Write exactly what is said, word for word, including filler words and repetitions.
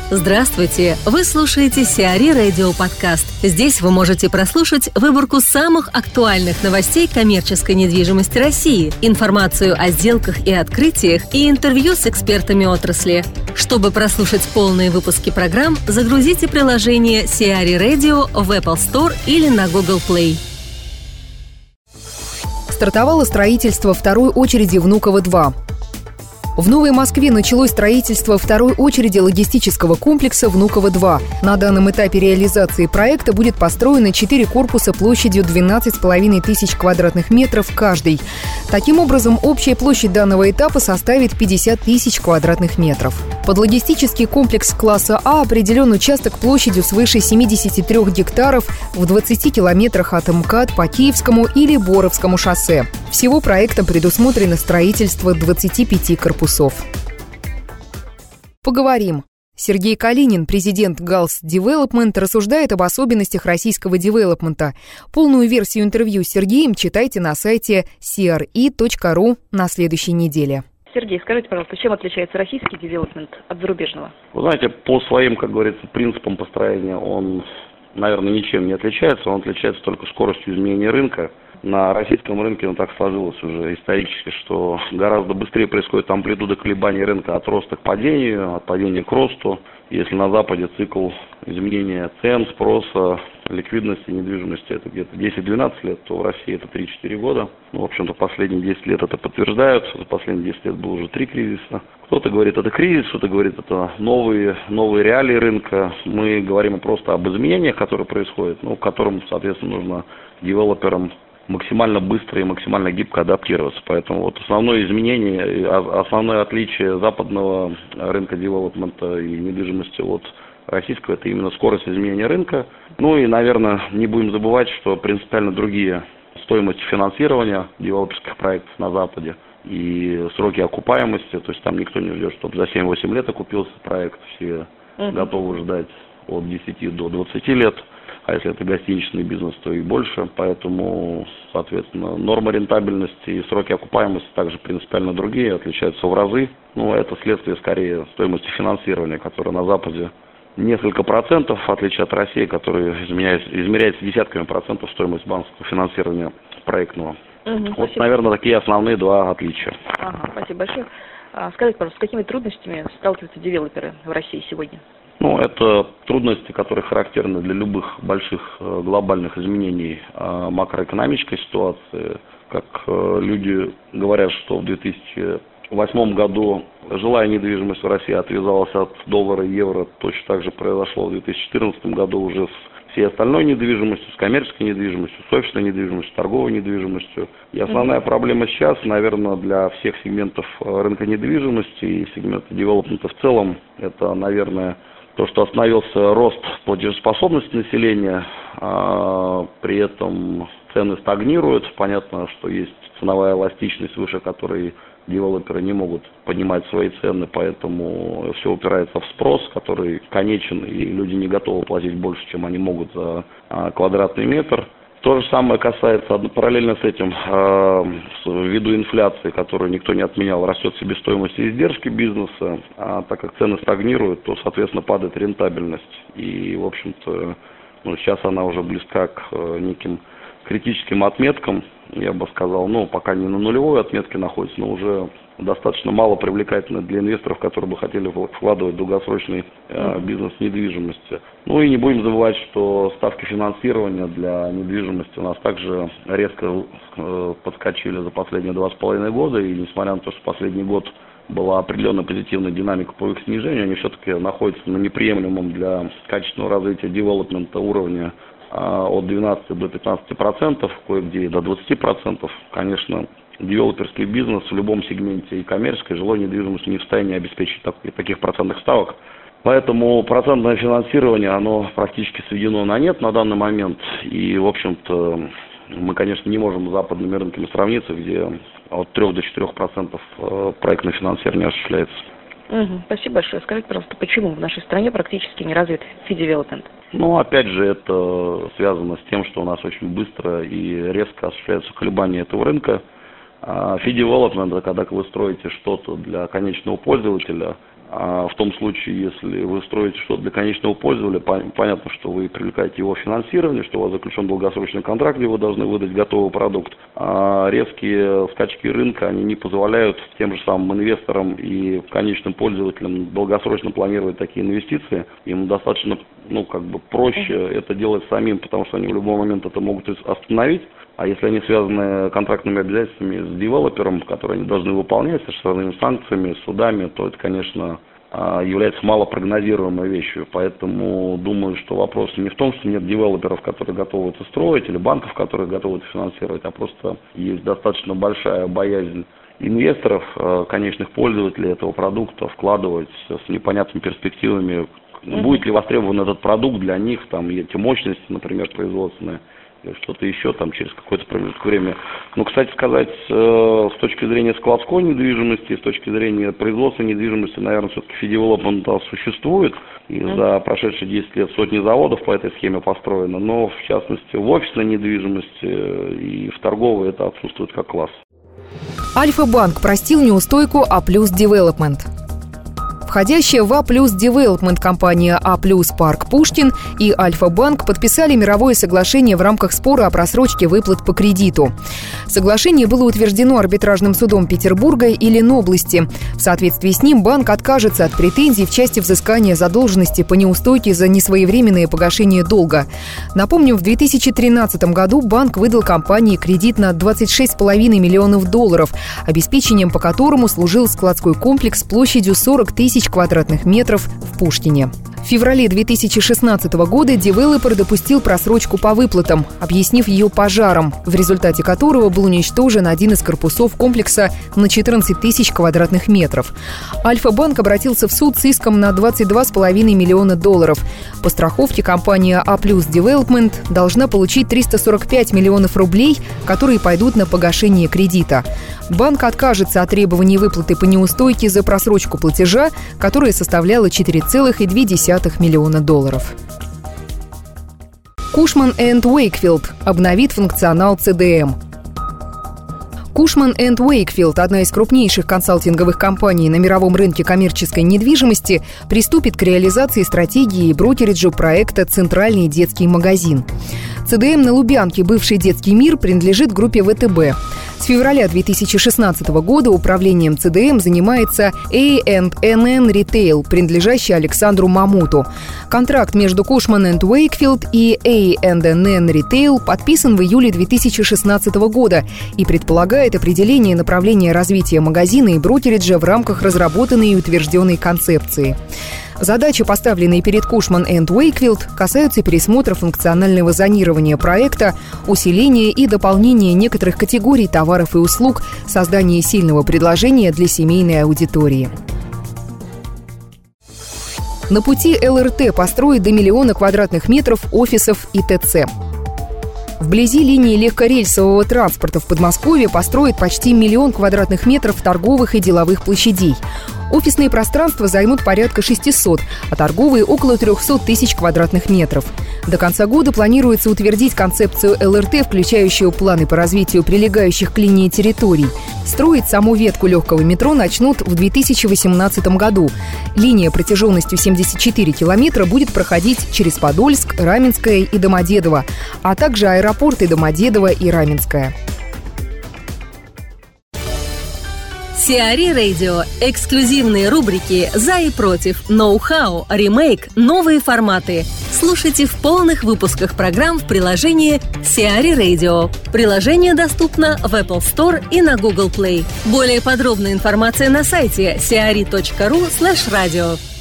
Здравствуйте! Вы слушаете Сиари Радио Подкаст. Здесь вы можете прослушать выборку самых актуальных новостей коммерческой недвижимости России, информацию о сделках и открытиях и интервью с экспертами отрасли. Чтобы прослушать полные выпуски программ, загрузите приложение Сиари Radio в Apple Store или на Google Play. Стартовало строительство второй очереди Внуково-два. В Новой Москве началось строительство второй очереди логистического комплекса Внуково-два. На данном этапе реализации проекта будет построено четыре корпуса площадью двенадцать с половиной тысяч квадратных метров каждый. Таким образом, общая площадь данного этапа составит пятьдесят тысяч квадратных метров. Под логистический комплекс класса А определен участок площадью свыше семидесяти трёх гектаров в двадцати километрах от МКАД по Киевскому или Боровскому шоссе. Всего проектом предусмотрено строительство двадцати пяти корпусов. Поговорим. Сергей Калинин, президент галс Development, рассуждает об особенностях российского девелопмента. Полную версию интервью с Сергеем читайте на сайте си ар и точка ру на следующей неделе. Сергей, скажите, пожалуйста, чем отличается российский девелопмент от зарубежного? Вы знаете, по своим, как говорится, принципам построения он, наверное, ничем не отличается. Он отличается только скоростью изменения рынка. На российском рынке, ну, так сложилось уже исторически, что гораздо быстрее происходит амплитуда колебаний рынка от роста к падению, от падения к росту. Если на Западе цикл изменения цен, спроса, ликвидности, недвижимости это где-то десять-двенадцать лет, то в России это три-четыре года. Ну, в общем-то, последние десять лет это подтверждают. За последние десять лет было уже три кризиса. Кто-то говорит, это кризис, кто-то говорит, это новые, новые реалии рынка. Мы говорим просто об изменениях, которые происходят, ну, к которым, соответственно, нужно девелоперам максимально быстро и максимально гибко адаптироваться. Поэтому вот основное изменение, основное отличие западного рынка девелопмента и недвижимости от российского, это именно скорость изменения рынка. Ну и, наверное, не будем забывать, что принципиально другие стоимости финансирования девелоперских проектов на Западе и сроки окупаемости. То есть там никто не ждет, чтобы за семь-восемь лет окупился проект. Все uh-huh. готовы ждать от десяти до двадцати лет. А если это гостиничный бизнес, то и больше. Поэтому, соответственно, норма рентабельности и сроки окупаемости также принципиально другие, отличаются в разы. Ну, это следствие, скорее, стоимости финансирования, которая на Западе несколько процентов, в отличие от России, которая измеряется, измеряется десятками процентов стоимость банковского финансирования проектного. Угу, вот, спасибо. Наверное, такие основные два отличия. Ага, спасибо большое. А, скажите, пожалуйста, с какими трудностями сталкиваются девелоперы в России сегодня? Ну, это трудности, которые характерны для любых больших глобальных изменений макроэкономической ситуации. Как люди говорят, что в две тысячи восьмом году жилая недвижимость в России отвязалась от доллара и евро, точно так же произошло в две тысячи четырнадцатом году уже с всей остальной недвижимостью, с коммерческой недвижимостью, с офисной недвижимостью, с торговой недвижимостью. И основная mm-hmm. проблема сейчас, наверное, для всех сегментов рынка недвижимости и сегмента девелопмента в целом, это, наверное, то, что остановился рост платежеспособности населения, а при этом цены стагнируют. Понятно, что есть ценовая эластичность, выше которой девелоперы не могут поднимать свои цены, поэтому все упирается в спрос, который конечен, и люди не готовы платить больше, чем они могут за а, квадратный метр. То же самое касается, параллельно с этим, э, ввиду инфляции, которую никто не отменял, растет себестоимость и издержки бизнеса, а так как цены стагнируют, то, соответственно, падает рентабельность. И, в общем-то, ну, сейчас она уже близка к э, неким критическим отметкам, я бы сказал, ну, пока не на нулевой отметке находится, но уже достаточно мало привлекательно для инвесторов, которые бы хотели вкладывать в долгосрочный э, бизнес недвижимости. Ну и не будем забывать, что ставки финансирования для недвижимости у нас также резко э, подскочили за последние два с половиной года, и несмотря на то, что последний год была определенная позитивная динамика по их снижению, они все-таки находятся на неприемлемом для качественного развития девелопмента уровне э, от двенадцати до пятнадцати процентов, кое-где и до двадцати процентов. Конечно, девелоперский бизнес в любом сегменте и коммерческой, и жилой недвижимости не в состоянии обеспечить так, таких процентных ставок. Поэтому процентное финансирование, оно практически сведено на нет на данный момент. И, в общем-то, мы, конечно, не можем с западными рынками сравниться, где от трёх до четырёх процентов проектное финансирование осуществляется. Угу, спасибо большое. Скажите, пожалуйста, почему в нашей стране практически не развит фи-девелопмент? Ну, опять же, это связано с тем, что у нас очень быстро и резко осуществляются колебания этого рынка. Фи-девелопмент, когда вы строите что-то для конечного пользователя, А в том случае, если вы строите что-то для конечного пользователя, понятно, что вы привлекаете его финансирование, что у вас заключен долгосрочный контракт, где вы должны выдать готовый продукт. А резкие скачки рынка, они не позволяют тем же самым инвесторам и конечным пользователям долгосрочно планировать такие инвестиции. Им достаточно, ну, как бы проще это делать самим, потому что они в любой момент это могут остановить. А если они связаны контрактными обязательствами с девелопером, которые они должны выполнять, со штрафными санкциями, судами, то это, конечно, является малопрогнозируемой вещью. Поэтому думаю, что вопрос не в том, что нет девелоперов, которые готовы это строить, или банков, которые готовы это финансировать, а просто есть достаточно большая боязнь инвесторов, конечных пользователей этого продукта вкладывать с непонятными перспективами. Будет ли востребован этот продукт для них, там, эти мощности, например, производственные, что-то еще там через какой-то промежуток времени. Но, кстати сказать, э, с точки зрения складской недвижимости, с точки зрения производственной недвижимости, наверное, все-таки фи-девелопмент существует. И за прошедшие десять лет сотни заводов по этой схеме построено. Но, в частности, в офисной недвижимости и в торговой это отсутствует как класс. Альфа-банк простил неустойку А плюс Девелопмент. Входящая в А плюс Девелопмент компания А плюс Парк Пушкин и Альфа-банк подписали мировое соглашение в рамках спора о просрочке выплат по кредиту. Соглашение было утверждено арбитражным судом Петербурга и Ленобласти. В соответствии с ним банк откажется от претензий в части взыскания задолженности по неустойке за несвоевременное погашение долга. Напомним, в две тысячи тринадцатом году банк выдал компании кредит на двадцать шесть целых пять десятых миллионов долларов, обеспечением по которому служил складской комплекс площадью сорок тысяч квадратных метров в Пушкине. В феврале две тысячи шестнадцатого года девелопер допустил просрочку по выплатам, объяснив ее пожаром, в результате которого был уничтожен один из корпусов комплекса на четырнадцать тысяч квадратных метров. Альфа-банк обратился в суд с иском на двадцать два целых пять десятых миллиона долларов. По страховке компания А плюс Девелопмент должна получить триста сорок пять миллионов рублей, которые пойдут на погашение кредита. Банк откажется от требований выплаты по неустойке за просрочку платежа, которая составляла четыре целых две десятых миллиона долларов. Cushman энд Wakefield обновит функционал Си Ди Эм. Cushman энд Wakefield, одна из крупнейших консалтинговых компаний на мировом рынке коммерческой недвижимости, приступит к реализации стратегии и брокериджу проекта «Центральный детский магазин». Си Ди Эм на Лубянке, бывший детский мир, принадлежит группе вэ тэ бэ. С февраля две тысячи шестнадцатого года управлением Си Ди Эм занимается эй энд эн эн Retail, принадлежащий Александру Мамуту. Контракт между Cushman энд Wakefield и эй энд эн эн Retail подписан в июле две тысячи шестнадцатого года и предполагает определение направления развития магазина и брокериджа в рамках разработанной и утвержденной концепции. Задачи, поставленные перед Cushman энд Wakefield, касаются пересмотра функционального зонирования проекта, усиления и дополнения некоторых категорий товаров и услуг, создания сильного предложения для семейной аудитории. На пути эл эр тэ построить до миллиона квадратных метров офисов и тэ цэ. Вблизи линии легкорельсового транспорта в Подмосковье построят почти миллион квадратных метров торговых и деловых площадей. Офисные пространства займут порядка шестьсот, а торговые – около триста тысяч квадратных метров. До конца года планируется утвердить концепцию эл эр тэ, включающую планы по развитию прилегающих к линии территорий. Строить саму ветку легкого метро начнут в две тысячи восемнадцатом году. Линия протяженностью семьдесят четыре километра будет проходить через Подольск, Раменское и Домодедово, а также аэропорты Домодедово и Раменское. Сиари Radio. Эксклюзивные рубрики «За и против», «Ноу-хау», «Ремейк», «Новые форматы». Слушайте в полных выпусках программ в приложении Сиари Radio. Приложение доступно в Apple Store и на Google Play. Более подробная информация на сайте сиари точка ру слэш радио.